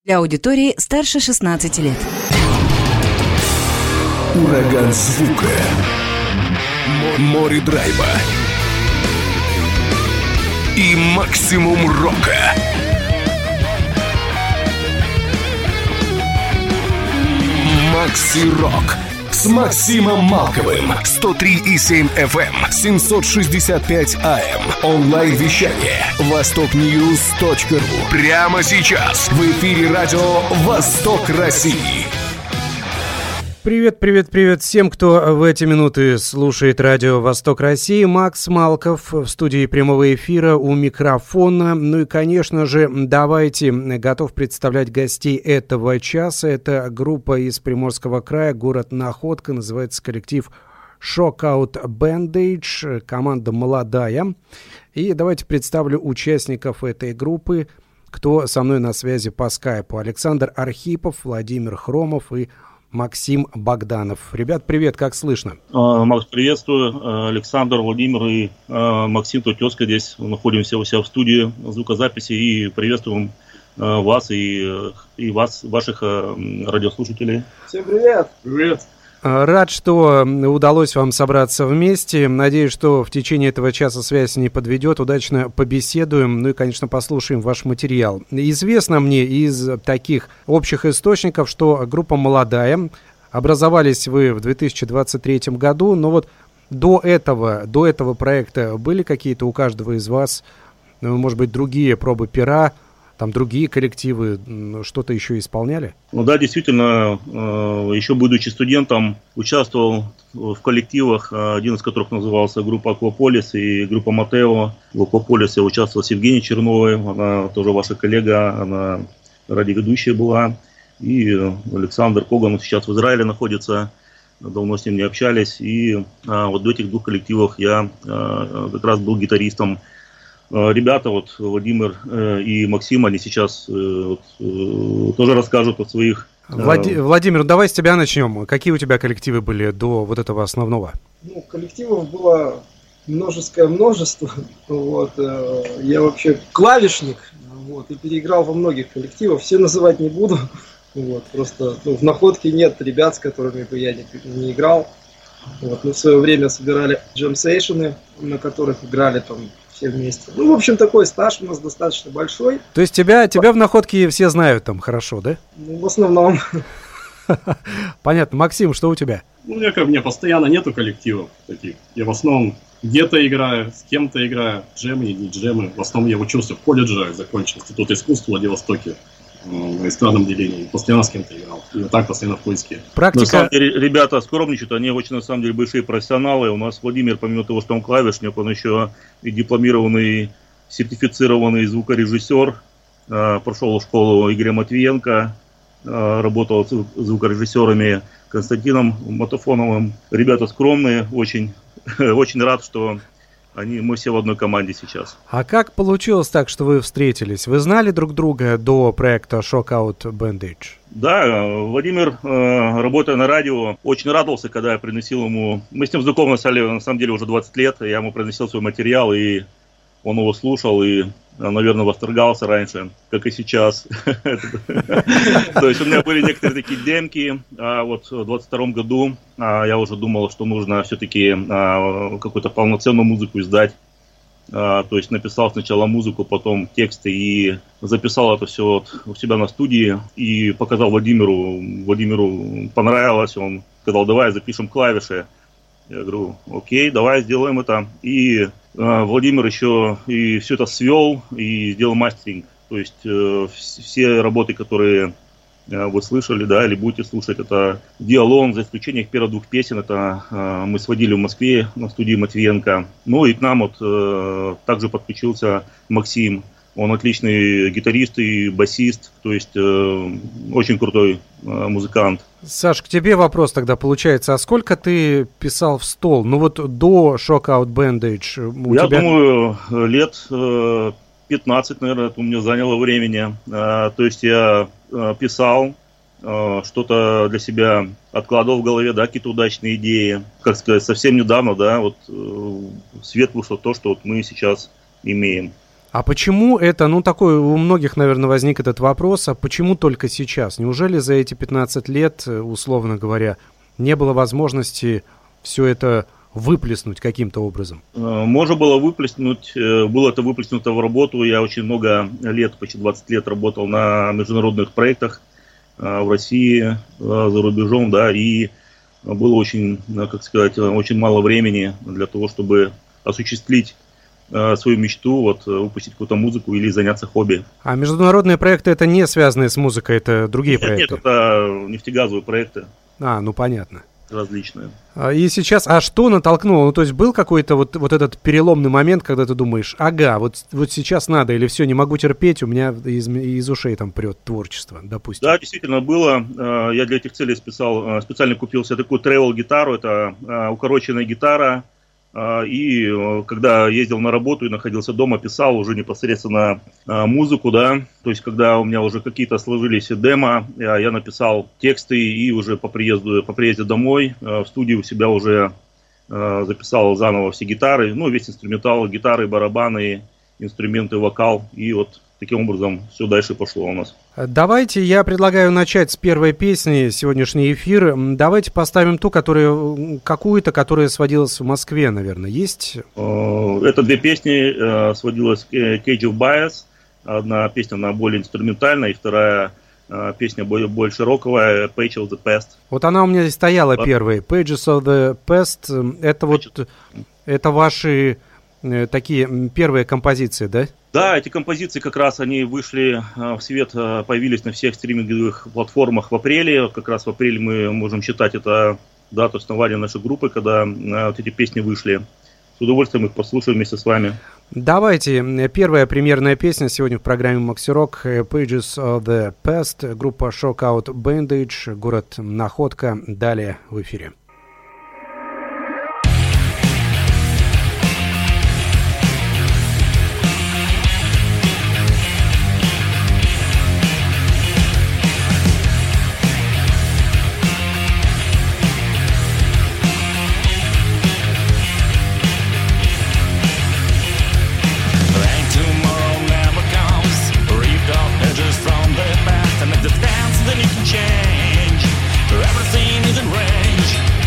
Для аудитории старше 16 лет. Ураган звука. Море драйва. И максимум рока. Макси Рок с Максимом Малковым. 103,7 FM, 765 AM. Онлайн-вещание востокньюз.ру. Прямо сейчас в эфире радио «Восток России». Привет всем, кто в эти минуты слушает радио «Восток России». Макс Малков в студии прямого эфира у микрофона. Ну и, конечно же, давайте, готов представлять гостей этого часа. Это группа из Приморского края, город Находка, называется коллектив Shockout Bandage, команда молодая. И давайте представлю участников этой группы, кто со мной на связи по скайпу. Александр Архипов, Владимир Хромов и Максим Богданов. Ребят, привет, как слышно? Макс, приветствую. Александр, Владимир и Максим, тут тезка здесь. Находимся у себя в студии звукозаписи и приветствуем вас и вас, ваших радиослушателей. Всем привет! Привет! Рад, что удалось вам собраться вместе. Надеюсь, что в течение этого часа связь не подведет. Удачно побеседуем, ну и, конечно, послушаем ваш материал. Известно мне из таких общих источников, что группа молодая. Образовались вы в 2023 году, но вот до этого проекта были какие-то у каждого из вас, может быть, другие пробы пера, там другие коллективы что-то еще исполняли? Ну да, действительно, еще будучи студентом, участвовал в коллективах, один из которых назывался группа «Акваполис» и группа «Матео». В «Акваполис» я участвовал с Евгенией Черновой, она тоже ваша коллега, она радиоведущая была. И Александр Коган сейчас в Израиле находится, давно с ним не общались. И вот в этих двух коллективах я как раз был гитаристом. Ребята, вот Владимир и Максим, они сейчас тоже расскажут о своих... Владимир, давай с тебя начнем. Какие у тебя коллективы были до вот этого основного? Ну, коллективов было множество. Вот. Я вообще клавишник, вот, и переиграл во многих коллективах. Все называть не буду. Вот, просто в Находке нет ребят, с которыми бы я не играл. Вот. Мы в свое время собирали джем-сейшены, на которых играли там все вместе. Ну, в общем, такой стаж у нас достаточно большой. То есть тебя в Находке все знают там хорошо, да? Ну, в основном. Понятно. Максим, что у тебя? Ну, у меня постоянно нету коллективов таких. Я в основном где-то играю, с кем-то играю, джемы и не джемы. В основном я учился в колледже, закончил Институт искусств в Владивостоке. В эстрадном делении, постоянно с кем-то играл. И вот так постоянно в поиске. Практика... На самом деле, ребята скромничают, они очень, на самом деле, большие профессионалы. У нас Владимир, помимо того, что он клавишник, он еще и дипломированный, сертифицированный звукорежиссер. Прошел школу Игоря Матвиенко, работал с звукорежиссерами Константином Матофоновым. Ребята скромные, очень, очень рад, что мы все в одной команде сейчас. А как получилось так, что вы встретились? Вы знали друг друга до проекта Shockout Bandage? Да, Владимир, работая на радио, очень радовался, когда я приносил ему... Мы с ним знакомы, на самом деле, уже 20 лет. Я ему приносил свой материал, и он его слушал, и, наверное, восторгался раньше, как и сейчас. То есть у меня были некоторые такие демки, а вот в 22 году я уже думал, что нужно все-таки какую-то полноценную музыку издать. То есть написал сначала музыку, потом тексты и записал это все у себя на студии и показал Владимиру. Владимиру понравилось, он сказал, давай запишем клавиши. Я говорю, окей, давай сделаем это. И Владимир еще и все это свел и сделал мастеринг. То есть все работы, которые вы слышали, да, или будете слушать, это делал он, за исключением первых двух песен. Это мы сводили в Москве на студии Матвиенко. Ну и к нам вот также подключился Максим. Он отличный гитарист и басист, то есть очень крутой музыкант. Саш, к тебе вопрос тогда получается. А сколько ты писал в стол? Ну вот до Shockout Bandage Я думаю, лет 15, наверное, это у меня заняло времени. То есть я писал, что-то для себя откладывал в голове, да, какие-то удачные идеи. Как сказать, совсем недавно, да, вот в свет вышло то, что вот мы сейчас имеем. А почему это, такой у многих, наверное, возник этот вопрос, а почему только сейчас? Неужели за эти 15 лет, условно говоря, не было возможности все это выплеснуть каким-то образом? Можно было выплеснуть, было это выплеснуто в работу. Я очень много лет, почти 20 лет работал на международных проектах в России, за рубежом, да, и было очень, очень мало времени для того, чтобы осуществить свою мечту, выпустить какую-то музыку или заняться хобби. А международные проекты это не связанные с музыкой, это другие проекты? Нет, это нефтегазовые проекты. Понятно. Различные. И сейчас, что натолкнуло? То есть был какой-то вот этот переломный момент, когда ты думаешь, вот сейчас надо, или все, не могу терпеть, у меня из ушей там прет творчество, допустим. Да, действительно было. Я для этих целей специально купил себе такую travel-гитару, это укороченная гитара. И когда ездил на работу и находился дома, писал уже непосредственно музыку, да, то есть когда у меня уже какие-то сложились демо, я написал тексты и уже по приезде домой в студии у себя уже записал заново все гитары, весь инструментал, гитары, барабаны, инструменты, вокал, и таким образом все дальше пошло у нас. Давайте, я предлагаю начать с первой песни, сегодняшний эфир. Давайте поставим ту, которая сводилась в Москве, наверное, есть? Это две песни, сводилась Cage of Bias. Одна песня, она более инструментальная, и вторая песня больше роковая, Page of the Past. Она у меня здесь стояла первой, Pages of the Past. Это ваши такие первые композиции, да? Да, эти композиции как раз они вышли в свет, появились на всех стриминговых платформах в апреле. Как раз в апреле мы можем считать это дату основания нашей группы, когда эти песни вышли. С удовольствием их послушаем вместе с вами. Давайте. Первая премьерная песня сегодня в программе Макси Рок, Pages of the Past, группа Shockout Bandage, город Находка. Далее в эфире. Change. Everything is in range.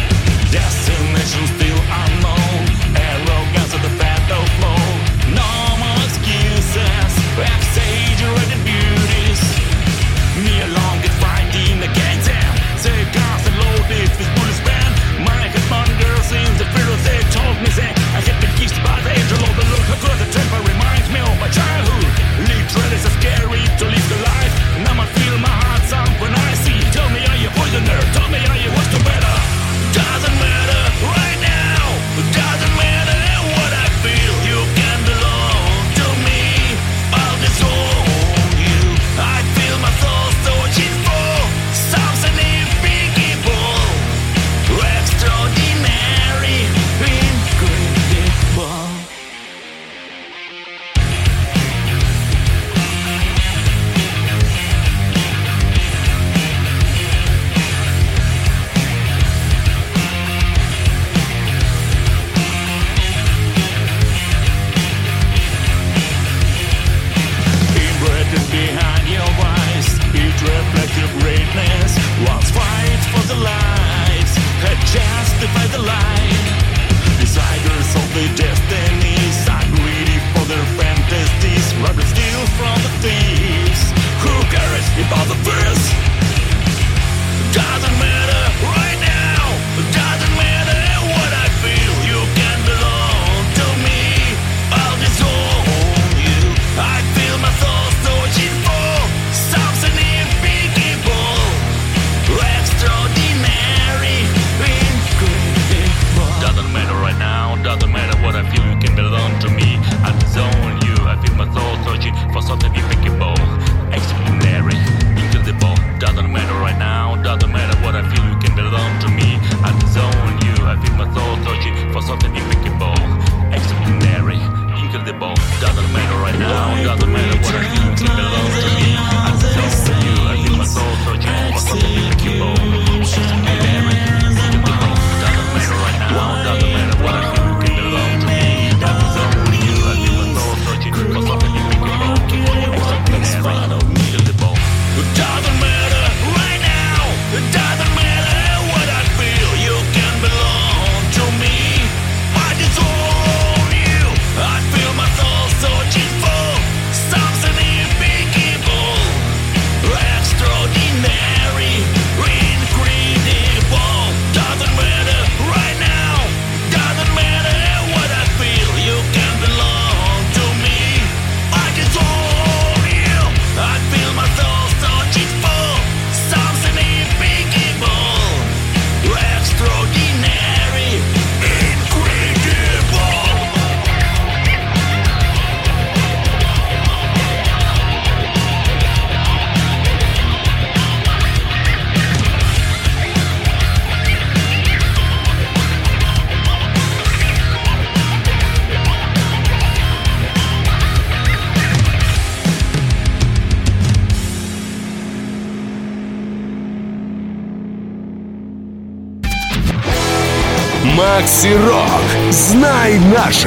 Макси Рок. Знай наших.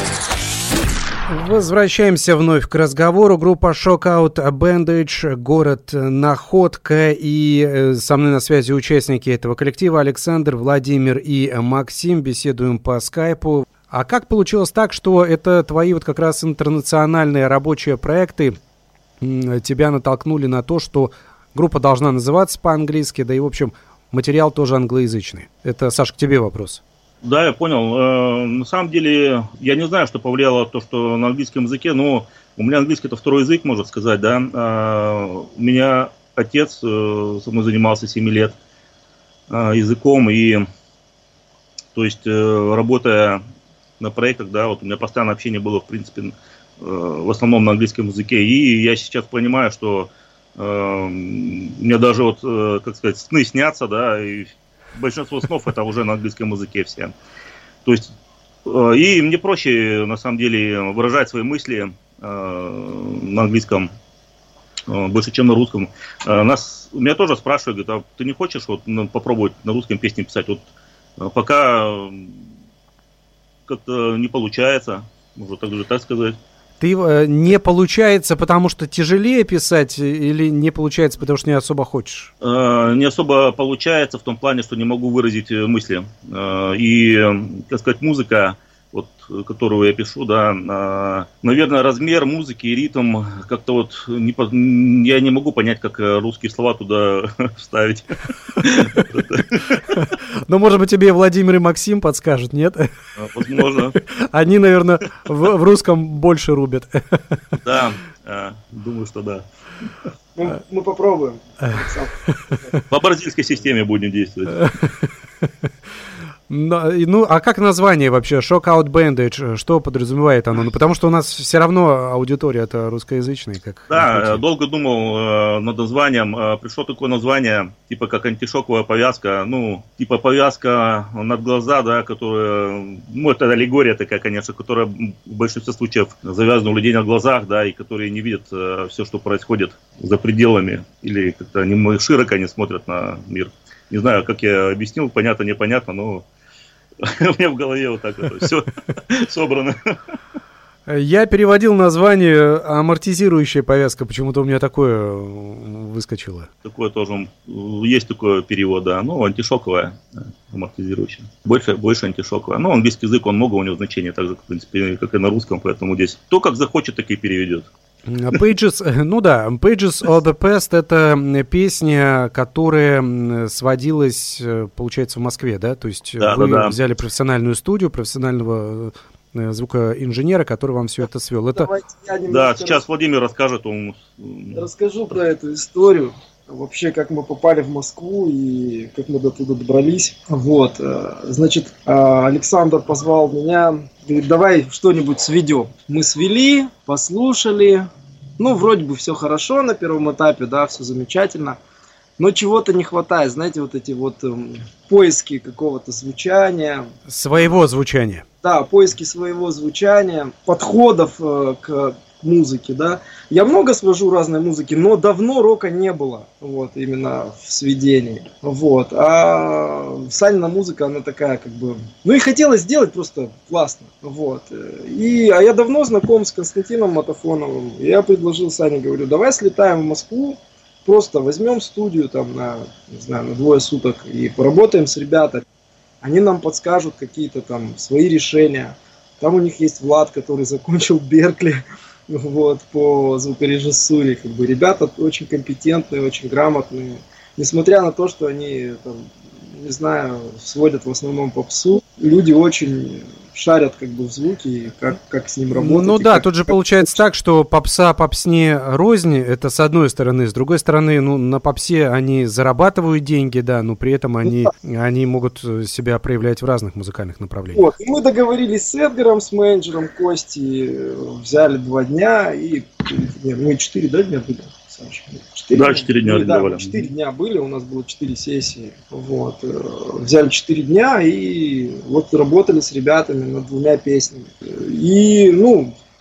Возвращаемся вновь к разговору. Группа Shockout Bandage, город Находка. И со мной на связи участники этого коллектива Александр, Владимир и Максим. Беседуем по скайпу. А как получилось так, что это твои вот как раз интернациональные рабочие проекты тебя натолкнули на то, что группа должна называться по-английски, да и, в общем, материал тоже англоязычный? Это, Саш, к тебе вопрос. Да, я понял. На самом деле, я не знаю, что повлияло то, что на английском языке, но у меня английский это второй язык, можно сказать, да. У меня отец со мной занимался 7 лет языком, и, то есть, работая на проектах, да, вот у меня постоянное общение было, в принципе, в основном на английском языке, и я сейчас понимаю, что мне даже вот, как сказать, сны снятся, да, и большинство снов это уже на английском языке все. То есть, и мне проще, на самом деле, выражать свои мысли на английском больше, чем на русском. Меня тоже спрашивают, говорят, а ты не хочешь вот попробовать на русском песни писать? Вот пока как-то не получается, можно так сказать. Ты не получается, потому что тяжелее писать, или не получается, потому что не особо хочешь? Не особо получается в том плане, что не могу выразить мысли. И, так сказать, музыка, вот, которую я пишу, да, наверное, размер музыки и ритм как-то вот я не могу понять, как русские слова туда вставить. Ну, может быть, тебе Владимир и Максим подскажут, нет? Возможно. Они, наверное, в русском больше рубят. Да, думаю, что да. Мы попробуем. По бразильской системе будем действовать. Ну, а как название вообще? Shockout Bandage, что подразумевает оно? Ну, потому что у нас все равно аудитория-то русскоязычная. Да, долго думал над названием. Пришло такое название, типа как антишоковая повязка. Ну, типа повязка над глаза, да, которая... Ну, это аллегория такая, конечно, которая в большинстве случаев завязана у людей на глазах, да, и которые не видят все, что происходит за пределами. Или как-то широко не смотрят на мир. Не знаю, как я объяснил, понятно, непонятно, но у меня в голове вот так вот все собрано. Я переводил название амортизирующая повязка, почему-то у меня такое выскочило. Такое тоже, есть такой перевод, да, ну, антишоковая, амортизирующая. Больше антишоковая. Ну, английский язык, он много у него значений, так же, в принципе, как и на русском, поэтому здесь кто как захочет, так и переведет. Pages, ну да, Pages of the Past — это песня, которая сводилась, получается, в Москве, да? То есть вы взяли профессиональную студию, профессионального звукоинженера, который вам все это свел. Это... Да, сейчас Владимир расскажет. Расскажу про эту историю. Вообще, как мы попали в Москву и как мы до туда добрались. Вот, значит, Александр позвал меня, говорит, давай что-нибудь сведем. Мы свели, послушали, ну, вроде бы все хорошо на первом этапе, да, все замечательно, но чего-то не хватает, знаете, вот эти вот поиски какого-то звучания. Своего звучания. Да, поиски своего звучания, подходов к музыки, да. Я много свожу разной музыки, но давно рока не было, вот, именно в сведении, вот. А Санина музыка, она такая, как бы, ну и хотелось сделать просто классно, вот. А я давно знаком с Константином Матафоновым, я предложил Сане, говорю, давай слетаем в Москву, просто возьмем студию там на, не знаю, на 2 суток и поработаем с ребятами. Они нам подскажут какие-то там свои решения. Там у них есть Влад, который закончил Беркли, вот, по звукорежиссуре, как бы ребята очень компетентные, очень грамотные, несмотря на то, что они там, не знаю, сводят в основном попсу, люди очень шарят как бы в звуке и как с ним работать. Ну да, тут же получается так, что попса попсне рознь, это с одной стороны, с другой стороны, ну на попсе они зарабатывают деньги, да, но при этом они могут себя проявлять в разных музыкальных направлениях. Вот, и мы договорились с Эдгаром, с менеджером Кости, взяли 2 дня и, мы 4 дня были. 4 дня. Да, 4 дня были, у нас было 4 сессии. Вот. Взяли 4 дня и вот работали с ребятами над 2 песнями. И, ну,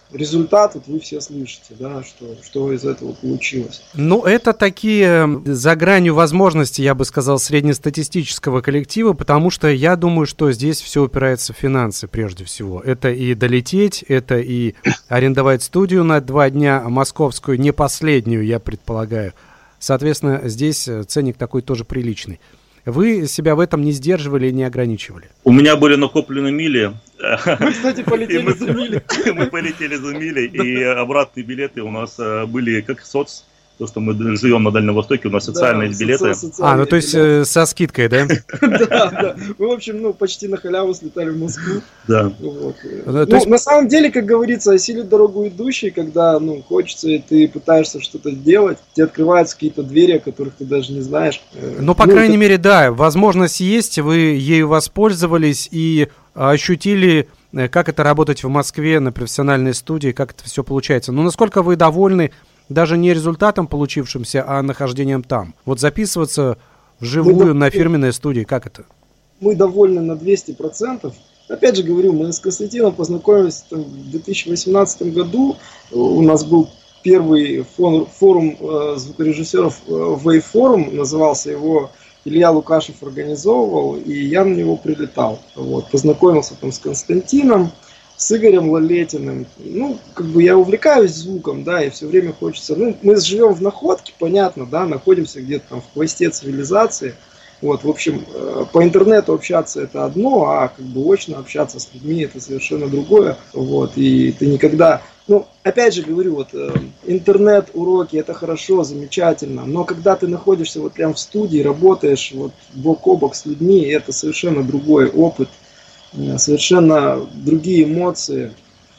результат вот вы все слышите, да, что из этого получилось. Ну, это такие за гранью возможностей, я бы сказал, среднестатистического коллектива, потому что я думаю, что здесь все упирается в финансы прежде всего. Это и долететь, это и арендовать студию на 2 дня, московскую, не последнюю, я предполагаю. Соответственно, здесь ценник такой тоже приличный. Вы себя в этом не сдерживали и не ограничивали? У меня были накоплены мили. Мы, кстати, полетели за мили. Мы полетели за мили, и обратные билеты у нас были как соц. То, что мы живем на Дальнем Востоке, у нас социальные билеты. Ну то есть со скидкой, да? Да. Мы, в общем, почти на халяву слетали в Москву. Да. На самом деле, как говорится, осилит дорогу идущий, когда, хочется, и ты пытаешься что-то делать, тебе открываются какие-то двери, о которых ты даже не знаешь. Ну, по крайней мере, да, возможность есть, вы ею воспользовались и ощутили, как это работать в Москве на профессиональной студии, как это все получается. Но насколько вы довольны даже не результатом получившимся, а нахождением там? Вот записываться вживую на фирменной студии, как это? Мы довольны на 200%. Опять же говорю, мы с Константином познакомились в 2018 году. У нас был первый форум звукорежиссеров Wave Forum, назывался его, Илья Лукашев организовывал, и я на него прилетал. Познакомился там с Константином, с Игорем Лалетиным. Я увлекаюсь звуком, да, и все время хочется. Мы живем в Находке, понятно, да, находимся где-то там в хвосте цивилизации. В общем, по интернету общаться это одно, а очно общаться с людьми это совершенно другое. И ты никогда... опять же говорю, интернет-уроки это хорошо, замечательно, но когда ты находишься прям в студии, работаешь бок о бок с людьми, это совершенно другой опыт. Совершенно другие эмоции.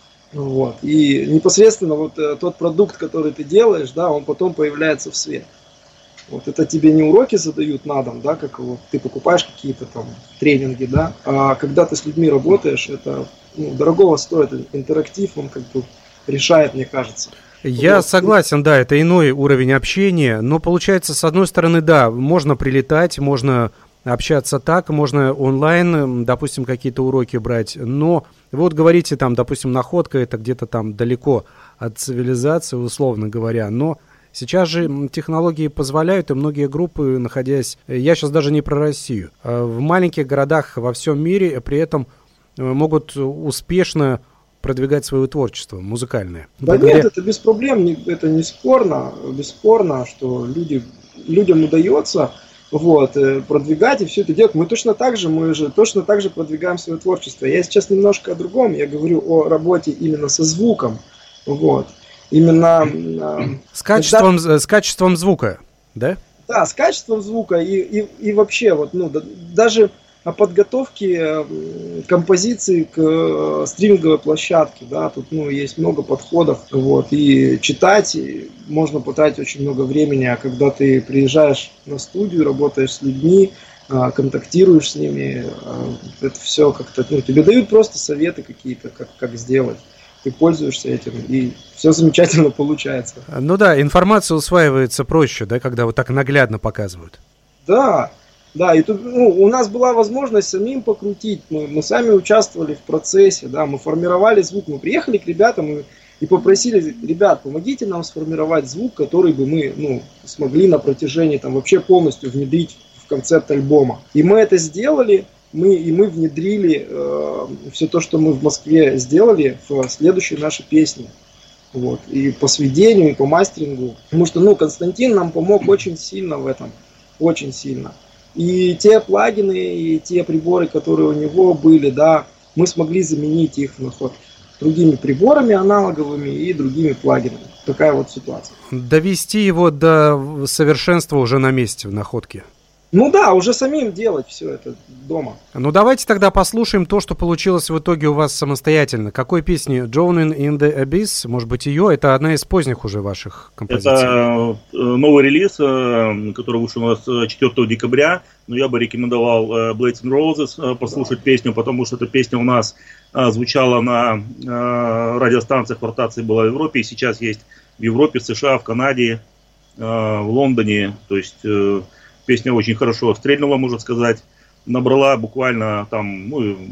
И непосредственно тот продукт, который ты делаешь, да, он потом появляется в свет. Это тебе не уроки задают на дом, да, как ты покупаешь какие-то там тренинги, да, а когда ты с людьми работаешь, это дорогого стоит, интерактив, он решает, мне кажется. Я согласен, да, это иной уровень общения, но получается, с одной стороны, да, можно прилетать, можно общаться так, можно онлайн, допустим, какие-то уроки брать, но вы говорите, там, допустим, Находка, это где-то там далеко от цивилизации, условно говоря, но сейчас же технологии позволяют, и многие группы, находясь, я сейчас даже не про Россию, в маленьких городах во всем мире, при этом могут успешно продвигать свое творчество музыкальное. Да нет, это без проблем, это не спорно, бесспорно, что людям удается продвигать и все это делать. Мы же точно так же продвигаем свое творчество. Я сейчас немножко о другом, я говорю о работе именно со звуком. Именно... С качеством звука, да? Да, с качеством звука и вообще, даже о подготовке композиции к стриминговой площадке, да, тут, есть много подходов, и читать можно потратить очень много времени, а когда ты приезжаешь на студию, работаешь с людьми, контактируешь с ними, это все как-то, тебе дают просто советы какие-то, как сделать. Ты пользуешься этим, и все замечательно получается. Ну да, информация усваивается проще, да, когда так наглядно показывают. Да, и тут у нас была возможность самим покрутить, мы сами участвовали в процессе, да, мы формировали звук, мы приехали к ребятам и попросили, ребят, помогите нам сформировать звук, который бы мы смогли на протяжении вообще полностью внедрить в концепт альбома. И мы это сделали. Мы внедрили все то, что мы в Москве сделали, в следующие наши песни. И по сведению, и по мастерингу. Потому что Константин нам помог очень сильно в этом. Очень сильно. И те плагины, и те приборы, которые у него были, да, мы смогли заменить их в Находке другими приборами аналоговыми и другими плагинами. Такая ситуация. Довести его до совершенства уже на месте в Находке. Уже самим делать все это дома. Давайте тогда послушаем то, что получилось в итоге у вас самостоятельно. Какой песни? Drowning in the Abyss? Может быть, ее? Это одна из поздних уже ваших композиций. Это новый релиз, который вышел у нас 4 декабря. Но я бы рекомендовал Blades and Roses послушать песню, потому что эта песня у нас звучала на радиостанциях, в ротации была в Европе, и сейчас есть в Европе, в США, в Канаде, в Лондоне. То есть... Песня очень хорошо стрельнула, можно сказать. Набрала буквально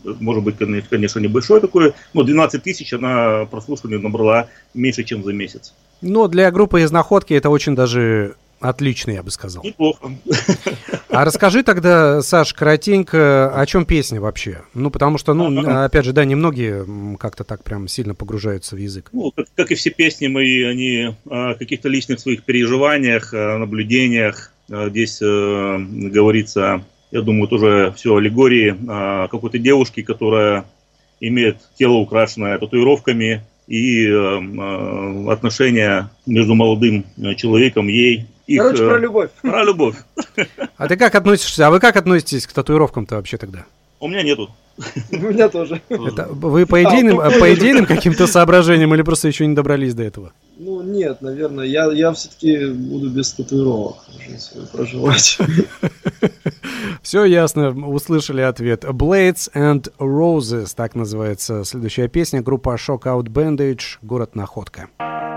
может быть, конечно, небольшой такой, но 12 тысяч она прослушиваний набрала меньше, чем за месяц. Но для группы из Находки это очень даже отлично, я бы сказал. Неплохо. А расскажи тогда, Саш, коротенько, о чем песня вообще? Ну, потому что, опять же, да, немногие как-то так прям сильно погружаются в язык. Ну, как и все песни мои, они о каких-то личных своих переживаниях, о наблюдениях. Здесь говорится, я думаю, тоже все аллегории какой-то девушки, которая имеет тело, украшенное татуировками, и отношения между молодым человеком, ей. Короче, про любовь. Про любовь. А ты как относишься? А вы как относитесь к татуировкам-то вообще тогда? У меня нету. У меня тоже. Это вы по идейным каким-то соображениям или просто еще не добрались до этого? Ну, нет, наверное. Я все-таки буду без татуировок жизнь свою проживать. Все ясно, услышали ответ. Blades and Roses, так называется следующая песня. Группа Shockout Bandage, город Находка.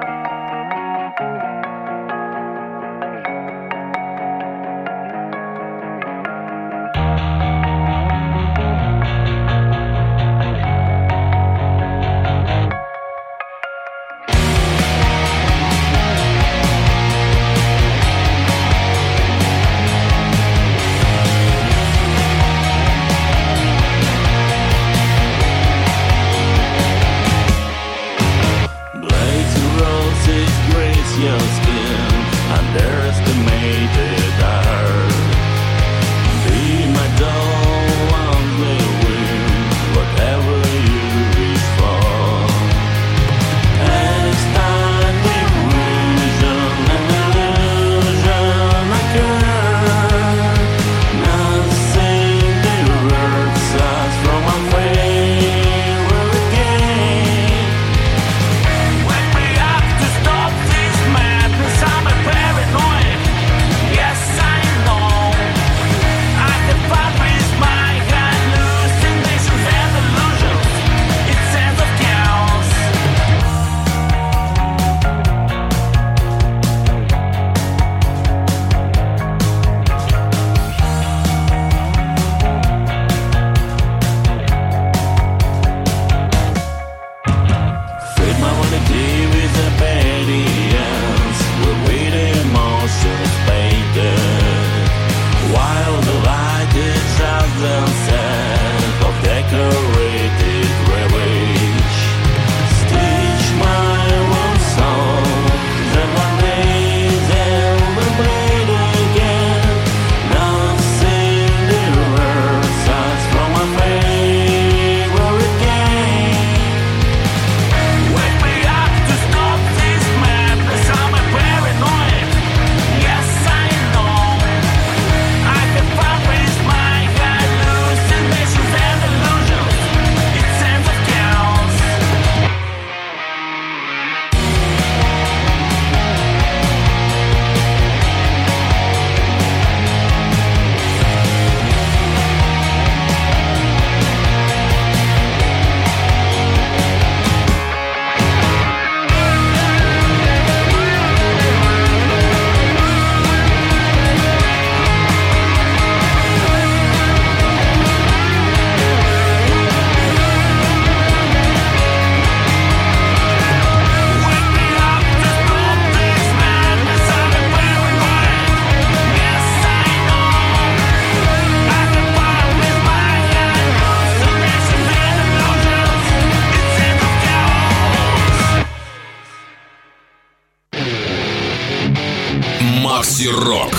Макси-рок.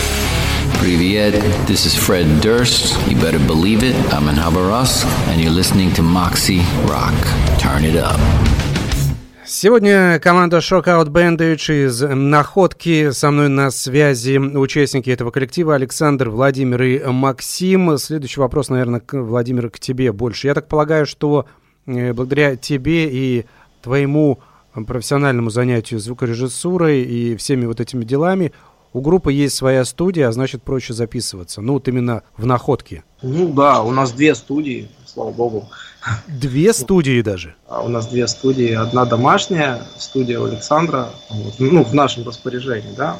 Привет, this is Fred Durst. You better believe it. I'm in Khabarovsk, and you're listening to Moxie Rock. Turn it up. Сегодня команда Shockout Bandage из Находки. Со мной на связи участники этого коллектива Александр, Владимир и Максим. Следующий вопрос, наверное, Владимир, к тебе больше. Я так полагаю, что благодаря тебе и твоему профессиональному занятию звукорежиссурой и всеми вот этими делами у группы есть своя студия, а значит проще записываться. Ну вот именно в Находке. Ну да, у нас 2 студии, слава богу. 2 студии даже? У нас 2 студии. Одна домашняя, студия у Александра, вот, ну в нашем распоряжении, да.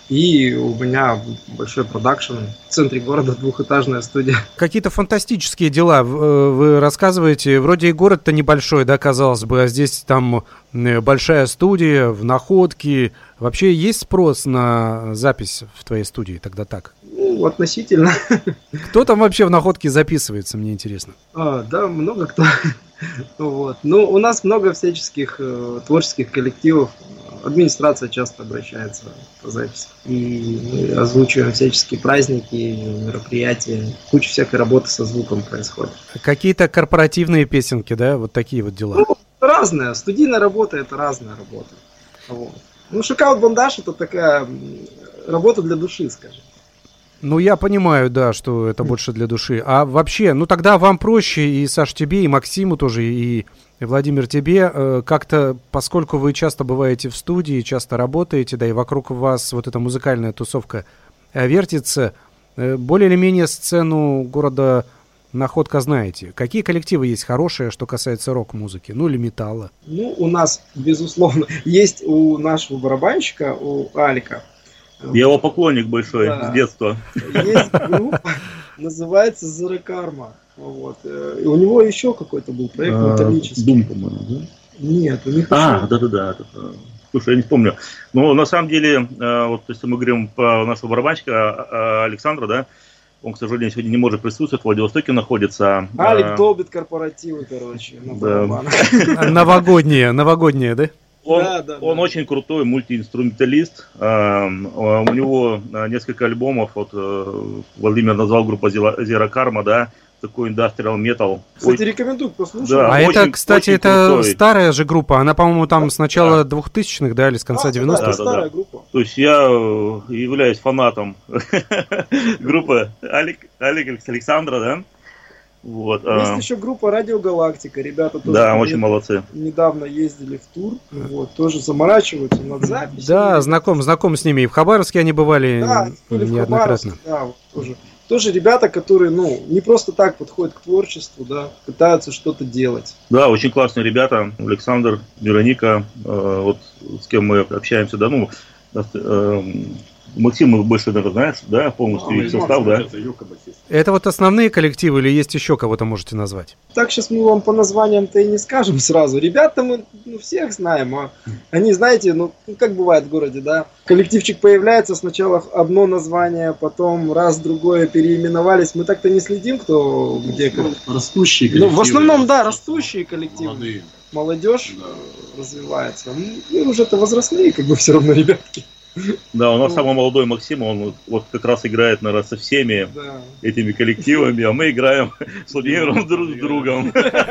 И у меня большой продакшн. В центре города двухэтажная студия. Какие-то фантастические дела вы рассказываете. Вроде и город-то небольшой, да, казалось бы, а здесь там большая студия, в Находке. Вообще есть спрос на запись в твоей студии тогда так? Ну, относительно. Кто там вообще в Находке записывается, мне интересно? Да, много кто. Вот. Ну, у нас много всяческих творческих коллективов. Администрация часто обращается по записи. И мы озвучиваем всяческие праздники, мероприятия. Куча всякой работы со звуком происходит. Какие-то корпоративные песенки, да? Вот такие вот дела. Ну, разная. Студийная работа — это разная работа. Вот. Ну, Шокаут Бандаж — это такая работа для души, скажем. Ну, я понимаю, да, что это больше для души. А вообще, ну тогда вам проще, и Саш, тебе, и Максиму тоже, и Владимир, тебе, как-то, поскольку вы часто бываете в студии, часто работаете, да, и вокруг вас вот эта музыкальная тусовка вертится, более или менее сцену города Находка знаете. Какие коллективы есть хорошие, что касается рок-музыки, ну или металла? Ну, у нас, безусловно, есть у нашего барабанщика, у Алика. Я его поклонник большой, да, с детства. Есть группа, называется Zero Karma. Вот. И у него еще какой-то был проект металлический. Дум, по-моему, да? Нет, у них да. Слушай, я не помню. Но на самом деле, вот если мы говорим про нашего барабанщика Александра, да, он, к сожалению, сегодня не может присутствовать, в Владивостоке находится. Алик долбит корпоративы, короче, на барабанах. Новогодние, да? Он очень крутой мультиинструменталист. У него несколько альбомов. Вот Владимир назвал группу Zero Karma, да, такой индастриал метал. Кстати, рекомендую послушать. Да, а это, кстати, это крутой. Старая же группа. Она, по-моему, там с начала 2000-х, да, или с конца 90-х. Да, старая группа. То есть я являюсь фанатом группы Александра, да. Вот, есть еще группа Радио Галактика, ребята тоже, да, очень молодцы. Недавно ездили в тур, вот, тоже заморачиваются над записью. Да, знаком с ними, и в Хабаровске они бывали, да, неоднократно. Да, вот, тоже ребята, которые, ну, не просто так подходят к творчеству, да, пытаются что-то делать. Да, очень классные ребята, Александр, Вероника, вот с кем мы общаемся, да, ну, Максим, больше, наверное, знаешь, да, полностью их состав, да? Это вот основные коллективы или есть еще кого-то можете назвать? Так сейчас мы вам по названиям-то и не скажем сразу. Ребята мы всех знаем, а они, знаете, ну как бывает в городе, да? Коллективчик появляется, сначала одно название, потом раз, другое переименовались. Мы так-то не следим, кто где как. Растущие коллективы. Ну, в основном, да, растущие коллективы. Молодые. Молодежь развивается. Мы уже-то возрослые, как бы все равно, ребятки. Да, у нас самый молодой Максим, он вот как раз играет, наверное, со всеми этими коллективами, а мы играем с Владимиром друг с другом.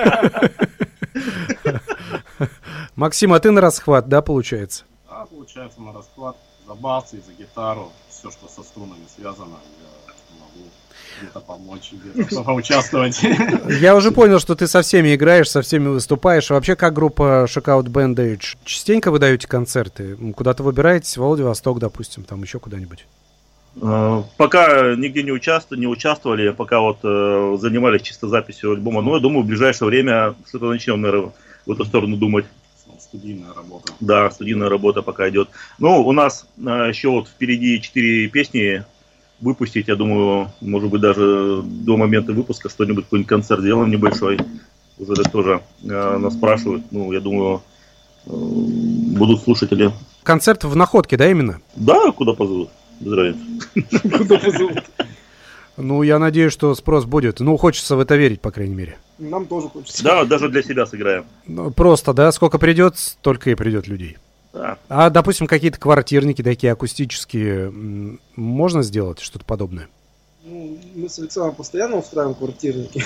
Максим, а ты на расхват, да, получается? Да, получается на расхват. За бас и за гитару, все, что со струнами связано, я могу где-то помочь, где-то поучаствовать. Я уже понял, что ты со всеми играешь, со всеми выступаешь. Вообще, как группа Shockout Bandage? Частенько вы даете концерты? Куда-то выбираетесь? Владивосток, допустим, там еще куда-нибудь? Пока нигде не участвовали, пока вот занимались чисто записью альбома. Но я думаю, в ближайшее время что-то начнем, наверное, в эту сторону думать. Студийная работа. Да, студийная работа пока идет. Ну, у нас еще вот впереди 4 песни выпустить, я думаю, может быть, даже до момента выпуска что-нибудь, какой-нибудь концерт сделаем небольшой. Уже так тоже нас спрашивают. Ну, я думаю, будут слушатели. Концерт в Находке, да, именно? Да, куда позовут. Без разницы. Куда позовут. Ну, я надеюсь, что спрос будет. Ну, хочется в это верить, по крайней мере. Нам тоже хочется. Да, даже для себя сыграем. Ну, просто, да, сколько придет, столько и придет людей. Да. А, допустим, какие-то квартирники такие акустические, можно сделать что-то подобное? Ну, мы с Александром постоянно устраиваем квартирники.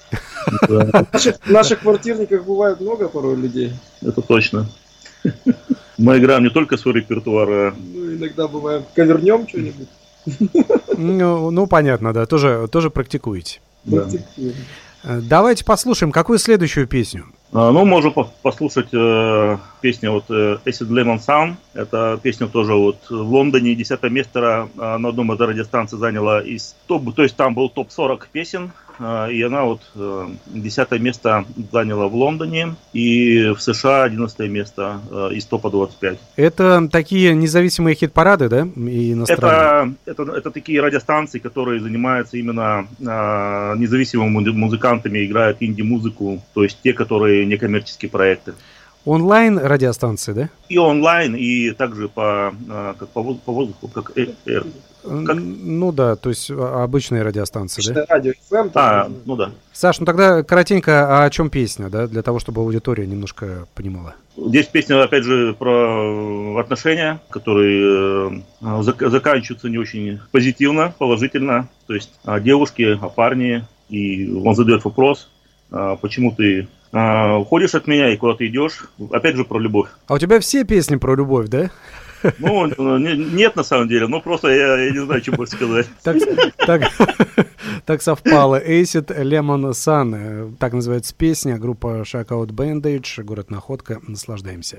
В наших квартирниках бывает много порой людей. Это точно. Мы играем не только свой репертуар. Ну, иногда бывает, ковернем что-нибудь. Ну, понятно, да, тоже практикуете. Практикуем. Давайте послушаем, какую следующую песню? Ну, можно послушать песню вот Acid Lemon Sun. Это песня тоже вот в Лондоне 10 место на одном из радиостанций заняла из топ, то есть там был топ-40 песен, и она вот 10 место заняла в Лондоне, и в США 11 место из топа 25. Это такие независимые хит-парады, да? И иностранные? Это такие радиостанции, которые занимаются именно независимыми музыкантами, играют инди-музыку, то есть те, которые некоммерческие проекты. Онлайн радиостанции, да? И онлайн, и также по воздуху, как Air. Ну да, то есть обычные радиостанции, да? Радио FM. Ну да. Саш, ну тогда коротенько, о чем песня, да? Для того, чтобы аудитория немножко понимала. Здесь песня, опять же, про отношения, которые заканчиваются не очень позитивно, положительно. То есть о девушке, о парне, и он задает вопрос, почему ты уходишь от меня и куда ты идешь. Опять же, про любовь. А у тебя все песни про любовь, да? Ну, нет, на самом деле. Ну, просто я не знаю, что больше сказать. Так совпало. Acid Lemon Sun. Так называется песня. Группа Shackout Bandage. Город Находка. Наслаждаемся.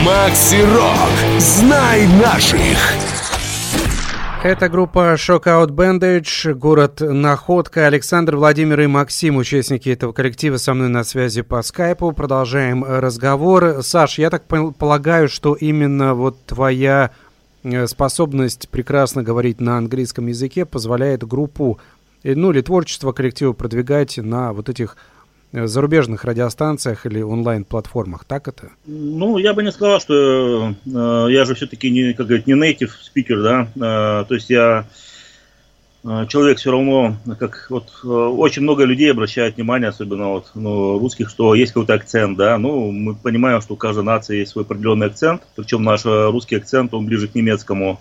Макси Рок. Знай наших. Это группа Shockout Bandage, город Находка. Александр, Владимир и Максим, участники этого коллектива, со мной на связи по скайпу. Продолжаем разговор. Саш, я так полагаю, что именно вот твоя способность прекрасно говорить на английском языке позволяет группу, ну или творчество коллектива продвигать на вот этих зарубежных радиостанциях или онлайн-платформах, так это? Ну, я бы не сказал, что я же все-таки не, как говорить, не native speaker, да, то есть я человек все равно, как вот очень много людей обращают внимание, особенно вот, ну, русских, что есть какой-то акцент, да, ну, мы понимаем, что у каждой нации есть свой определенный акцент, причем наш русский акцент, он ближе к немецкому.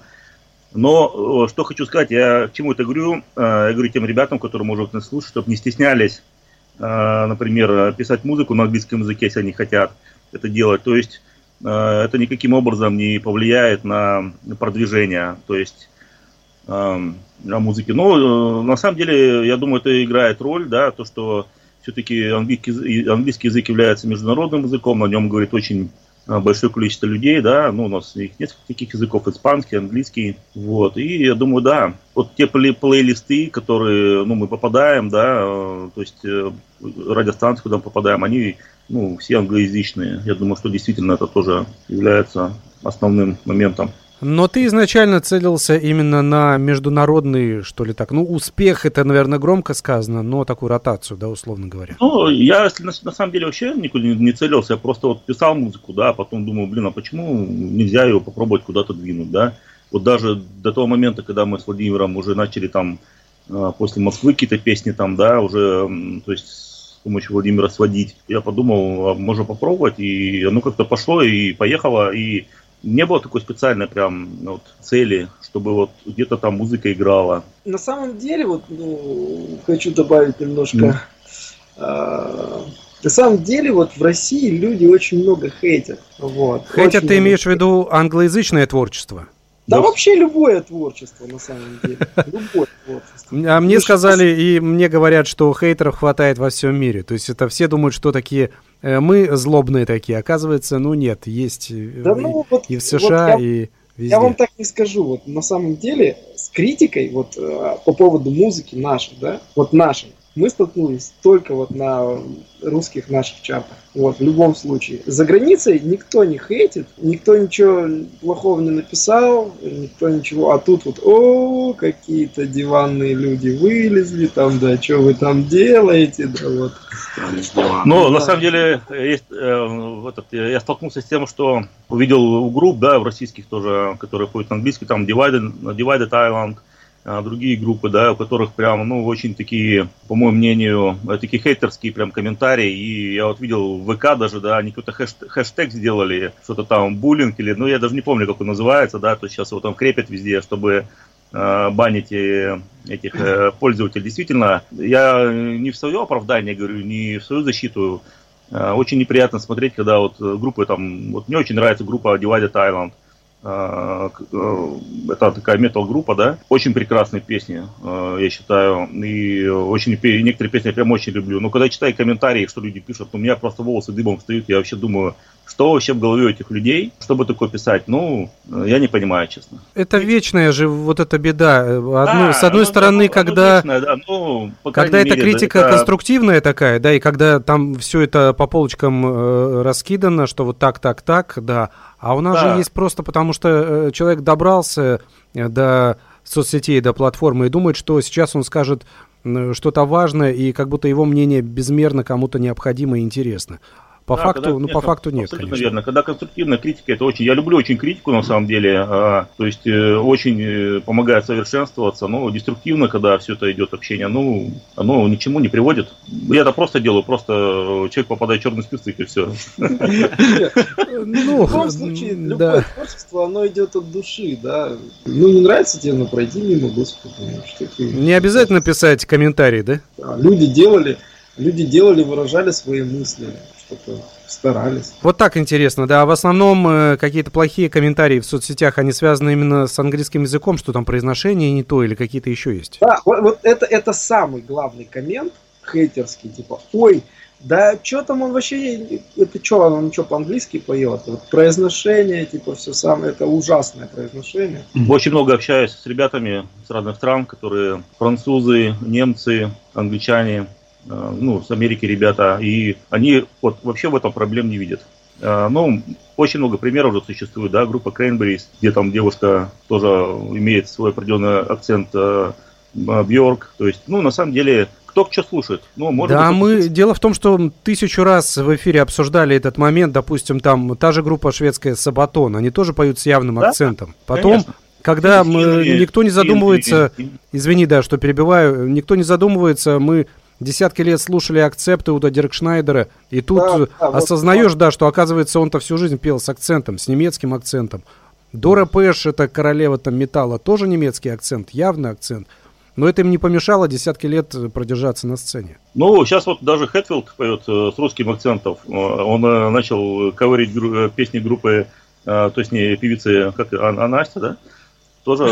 Но что хочу сказать, я к чему это говорю, я говорю тем ребятам, которые, может, нас слушают, чтобы не стеснялись, например, писать музыку на английском языке, если они хотят это делать. То есть это никаким образом не повлияет на продвижение, то есть на музыке. Но на самом деле, я думаю, это играет роль, да, то, что все-таки английский язык является международным языком, на нем говорит очень большое количество людей, да, ну, у нас их несколько таких языков, испанский, английский, вот, и я думаю, да, вот те плейлисты, которые, ну, мы попадаем, да, то есть радиостанции, куда мы попадаем, они, ну, все англоязычные, я думаю, что действительно это тоже является основным моментом. Но ты изначально целился именно на международный, что ли так, ну, успех, это, наверное, громко сказано, но такую ротацию, да, условно говоря. Ну, я на самом деле вообще никуда не целился, я просто вот писал музыку, да, потом думал, блин, а почему нельзя ее попробовать куда-то двинуть, да. Вот даже до того момента, когда мы с Владимиром уже начали там, после Москвы какие-то песни там, да, уже, то есть с помощью Владимира сводить, я подумал, а можно попробовать, и оно как-то пошло и поехало, и не было такой специальной прям вот цели, чтобы вот где-то там музыка играла. На самом деле, вот, ну, хочу добавить немножко. На самом деле, вот в России люди очень много хейтят. Вот, хейтят, ты имеешь в виду англоязычное творчество? Да, вообще любое творчество, на самом деле. Любое творчество. А мне сказали, и мне говорят, что хейтеров хватает во всем мире. То есть это все думают, что такие мы злобные такие. Оказывается, ну нет, есть да, ну, вот, и в США, вот и везде. Я вам так не скажу. Вот на самом деле с критикой вот по поводу музыки нашей, да, вот нашей, мы столкнулись только вот на русских наших чартах. Вот, в любом случае. За границей никто не хейтит, никто ничего плохого не написал, никто ничего. А тут вот, какие-то диванные люди вылезли, там, да, что вы там делаете, да, вот. Ну, на самом деле, есть, я столкнулся с тем, что увидел у групп, да, в российских тоже, которые ходят на английский, там, Divided Island, другие группы, да, у которых прям, ну, очень такие, по моему мнению, такие хейтерские прям комментарии, и я вот видел в ВК даже, да, они какой-то хэштег сделали, что-то там буллинг или, ну, я даже не помню, как он называется, да, то есть сейчас его там крепят везде, чтобы банить этих пользователей. Действительно, я не в свое оправдание говорю, не в свою защиту, очень неприятно смотреть, когда вот группы там, вот мне очень нравится группа Divided Island, это такая метал-группа, да, очень прекрасные песни, я считаю, и очень, некоторые песни я прям очень люблю, но когда читаю комментарии, что люди пишут, у меня просто волосы дыбом встают, я вообще думаю, что вообще в голове у этих людей, чтобы такое писать, ну, я не понимаю, честно. Это вечная же вот эта беда, с одной стороны, когда вечная, да, ну, когда эта критика конструктивная такая, да, и когда там все это по полочкам раскидано, что вот так, да, а у нас же есть просто потому, что человек добрался до соцсетей, до платформы и думает, что сейчас он скажет что-то важное, и как будто его мнение безмерно кому-то необходимо и интересно. По факту нет, абсолютно конечно. Верно. Когда конструктивная критика, это очень... Я люблю очень критику, на самом деле. То есть, очень помогает совершенствоваться. Но деструктивно, когда все это идет общение, ну, оно ни к чему не приводит. Я это просто делаю. Просто человек попадает в черный список, и все. В любом случае, любое творчество, оно идет от души, да. Ну, не нравится тебе, но пройди мимо, господи. Не обязательно писать комментарии, да? Люди делали, выражали свои мысли, что-то старались. Вот так интересно, да. В основном какие-то плохие комментарии в соцсетях, они связаны именно с английским языком, что там произношение не то или какие-то еще есть? Да, вот это самый главный коммент хейтерский, типа, ой, Да, что там он вообще, это что, он что, по-английски поет? Вот произношение, типа, все самое, это ужасное произношение. Очень много общаюсь с ребятами с разных стран, которые французы, немцы, англичане, с Америки ребята, и они вот вообще в этом проблем не видят. Очень много примеров уже существует, да, группа Cranberries, где там девушка тоже имеет свой определенный акцент Бьорк, то есть, на самом деле... Кто что слушает? Дело в том, что 1000 раз в эфире обсуждали этот момент, допустим, там та же группа шведская Сабатон, они тоже поют с явным акцентом. Потом, конечно. Когда никто не задумывается, извини, да, что перебиваю, никто не задумывается, мы десятки лет слушали акцепты у Дирк Шнайдера, и тут осознаешь, что оказывается он-то всю жизнь пел с акцентом, с немецким акцентом. Дора Пэш, это королева там металла, тоже немецкий акцент, явный акцент. Но это им не помешало десятки лет продержаться на сцене. Сейчас вот даже Хэтфилд поет с русским акцентом. Он начал каверить песни группы, то есть не певицы, как Настя, да? Тоже...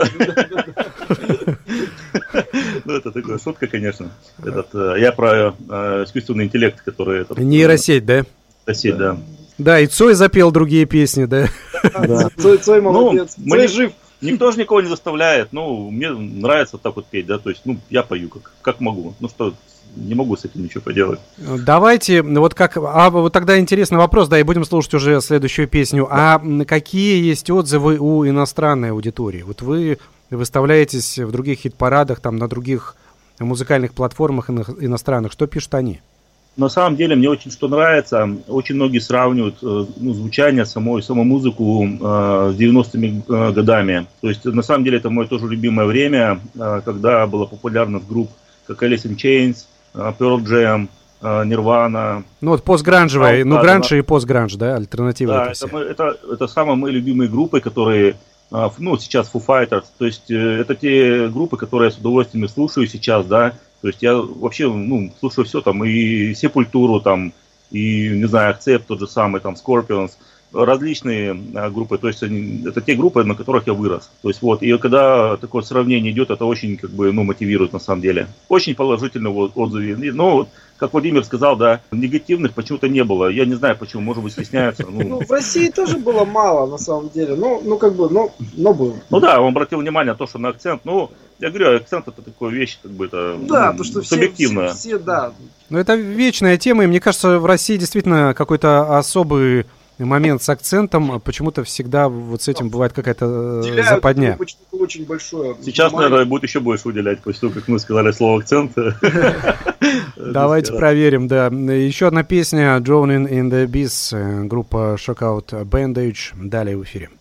Это такая шутка, конечно. Я про искусственный интеллект, который... Нейросеть, да? Нейросеть, да. Да, и Цой запел другие песни, да? Цой молодец. Цой жив. Никто же никого не заставляет, мне нравится так вот петь, да, то есть, я пою как могу, не могу с этим ничего поделать. Давайте, вот тогда интересный вопрос, да, и будем слушать уже следующую песню. А какие есть отзывы у иностранной аудитории? Вот вы выставляетесь в других хит-парадах, там, на других музыкальных платформах иностранных, что пишут они? На самом деле, мне очень что нравится, очень многие сравнивают звучание, саму музыку с 90-ми годами. То есть, на самом деле, это мое тоже любимое время, когда было популярно групп, как Alice in Chains, Pearl Jam, Nirvana. Вот постгранжевая, гранж и постгранж, да, альтернатива. Да, это самые мои любимые группы, которые, сейчас Foo Fighters, то есть, это те группы, которые я с удовольствием слушаю сейчас, да. То есть я вообще, слушаю все там, и Сепультуру там, и, не знаю, Акцепт тот же самый, там, Scorpions, различные группы, то есть это те группы, на которых я вырос. То есть вот, и когда такое сравнение идет, это очень, мотивирует на самом деле. Очень положительные отзывы. Но, как Владимир сказал, да, негативных почему-то не было. Я не знаю, почему, может быть, стесняются. В России тоже было мало, на самом деле, но было. Да, он обратил внимание на то, что на акцент, я говорю, акцент это такая вещь, это то, что субъективная. Все, да. Это вечная тема, и мне кажется, в России действительно какой-то особый момент с акцентом, почему-то всегда вот с этим бывает какая-то западня. Очень большое. Сейчас, наверное, будет еще больше уделять, после того, как мы сказали слово акцент. Давайте проверим, да. Еще одна песня Drowning in the Abyss, группа Shockout Bandage, далее в эфире.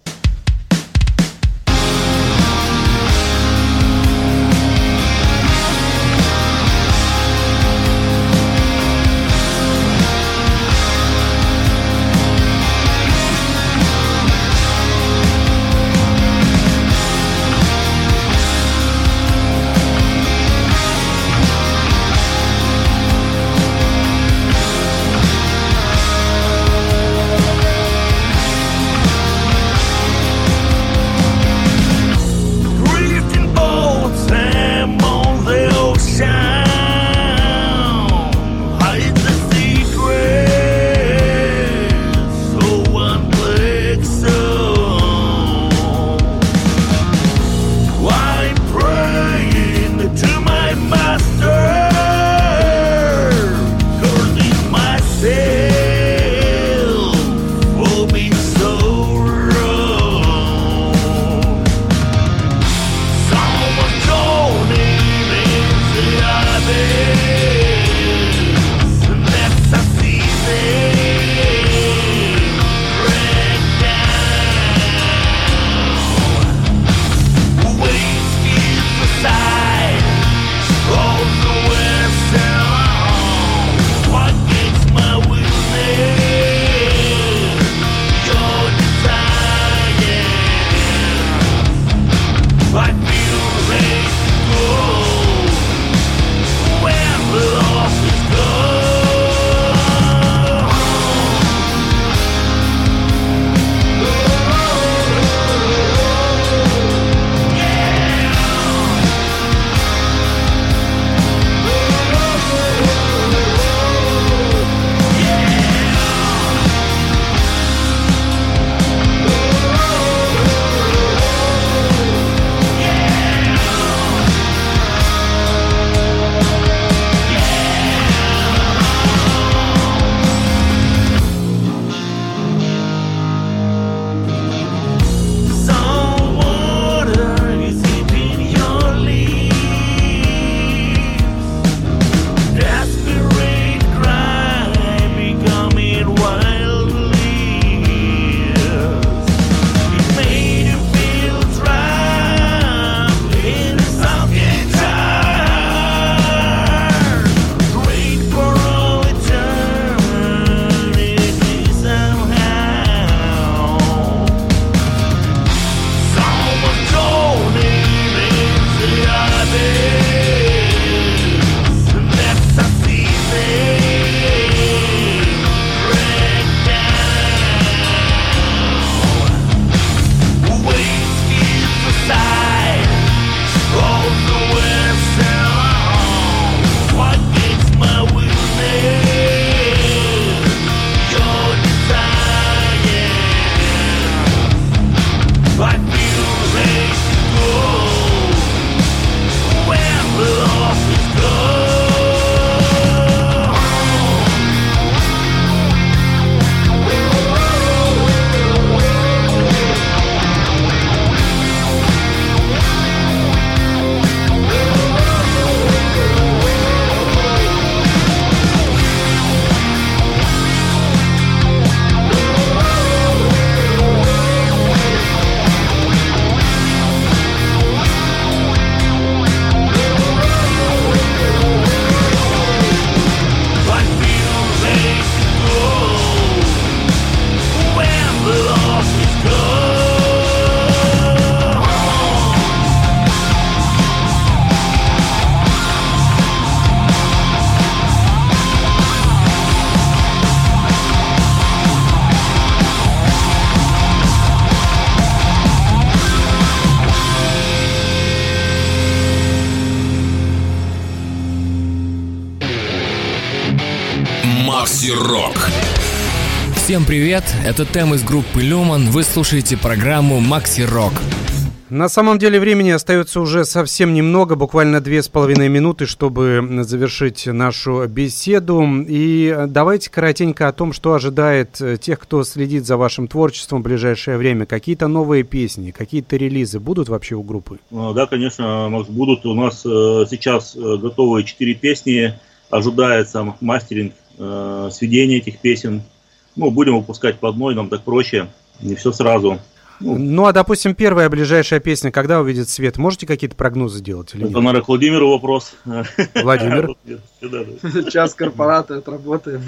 Макси Рок. Всем привет, это Тэм из группы Люман, вы слушаете программу Макси Рок. На самом деле времени остается уже совсем немного, буквально 2,5 минуты, чтобы завершить нашу беседу. И давайте коротенько о том, что ожидает тех, кто следит за вашим творчеством в ближайшее время. Какие-то новые песни, какие-то релизы будут вообще у группы? Да, конечно, Макс, будут. У нас сейчас готовы 4 песни. Ожидается мастеринг, сведение этих песен. Будем выпускать по одной, нам так проще, не все сразу. Ну, а, допустим, первая ближайшая песня, когда увидит свет? Можете какие-то прогнозы делать или нет? Это, наверное, к Владимиру вопрос. Владимир? Час корпората отработаем.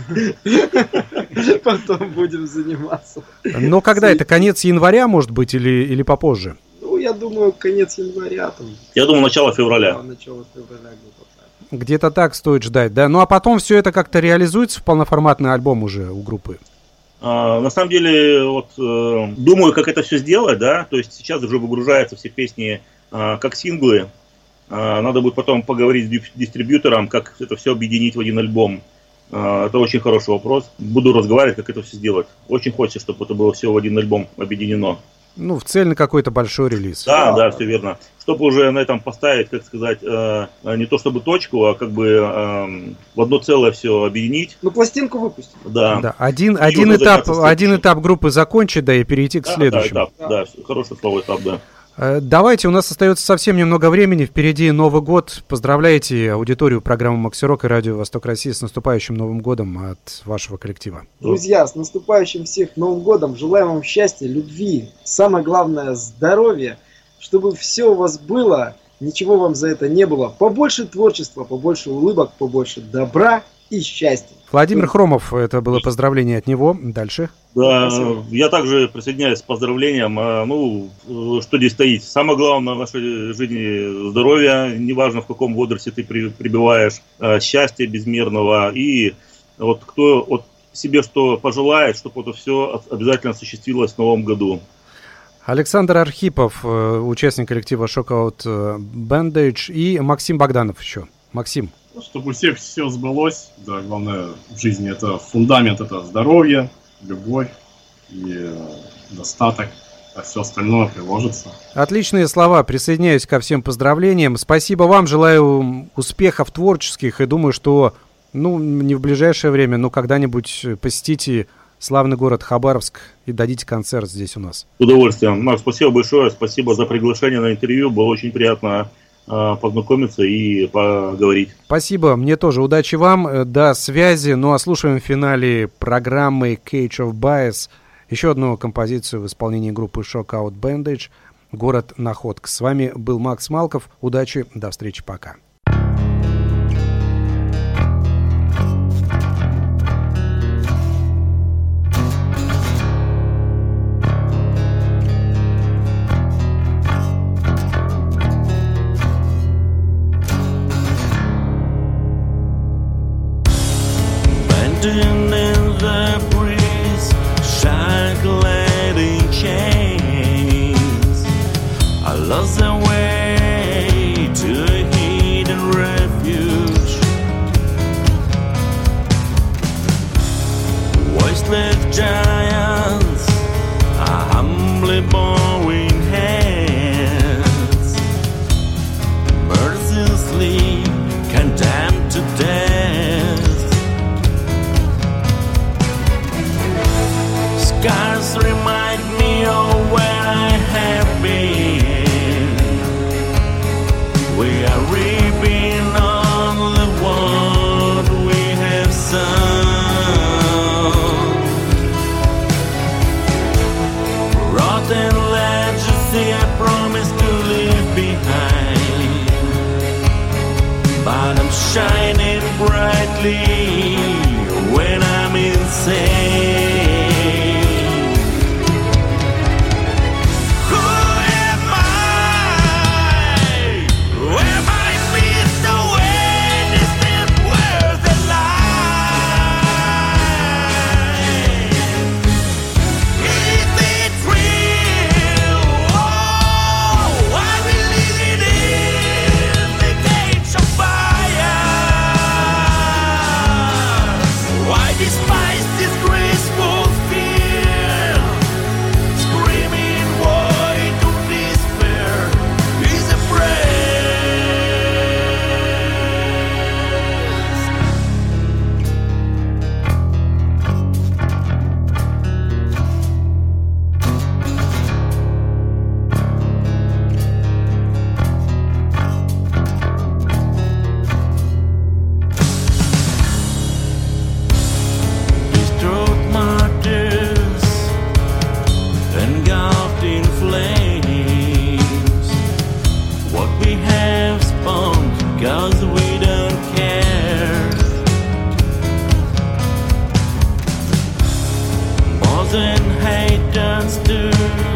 Потом будем заниматься. Но когда это? Конец января, может быть, или попозже? Я думаю, конец января. Я думаю, начало февраля. Начало февраля где-то так. Где-то так стоит ждать, да? Ну, а потом все это как-то реализуется в полноформатный альбом уже у группы? На самом деле, думаю, как это все сделать, да, то есть сейчас уже выгружаются все песни как синглы, надо будет потом поговорить с дистрибьютором, как это все объединить в один альбом. Это очень хороший вопрос, буду разговаривать, как это все сделать. Очень хочется, чтобы это было все в один альбом объединено. Ну, в цель на какой-то большой релиз. Да, все верно. Чтобы уже на этом поставить, как сказать, не то чтобы точку, а как бы в одно целое все объединить. Пластинку выпустить. Да. Один этап группы закончить, да, и перейти к следующему. Да, хорошее слово, этап, да. Давайте, у нас остается совсем немного времени, впереди Новый год. Поздравляйте аудиторию программы Макси Рок и Радио Восток России с наступающим Новым годом от вашего коллектива. Друзья, с наступающим всех Новым годом, желаем вам счастья, любви, самое главное здоровья, чтобы все у вас было, ничего вам за это не было, побольше творчества, побольше улыбок, побольше добра и счастья. Владимир Хромов, это было поздравление от него. Дальше. Да, я также присоединяюсь к поздравлениям. Что здесь стоит? Самое главное в нашей жизни — здоровье, неважно в каком возрасте ты пребываешь, счастья безмерного. И кто себе что пожелает, чтобы это все обязательно осуществилось в новом году. Александр Архипов, участник коллектива Shockout Bandage, и Максим Богданов еще. Максим. Чтобы у всех все сбылось, да, главное в жизни — это фундамент, это здоровье, любовь и достаток, а все остальное приложится. Отличные слова, присоединяюсь ко всем поздравлениям. Спасибо вам, желаю успехов творческих и думаю, что, не в ближайшее время, но когда-нибудь посетите славный город Хабаровск и дадите концерт здесь у нас. С удовольствием. Макс, спасибо большое, спасибо за приглашение на интервью, было очень приятно познакомиться и поговорить. Спасибо, мне тоже. Удачи вам, до связи. Ну а слушаем в финале программы Cage of Bias еще одну композицию в исполнении группы Shockout Bandage «Город Находка». С вами был Макс Малков. Удачи, до встречи, пока. In the breeze, shackling chains, I lost the way to a hidden refuge. Voiceless giants are humbly bowing heads, mercilessly condemned to death. Scars remind me of where I have been. We are reaping only what we have sown. Rotten legacy I promise to leave behind, but I'm shining brightly when I'm insane. and haters do.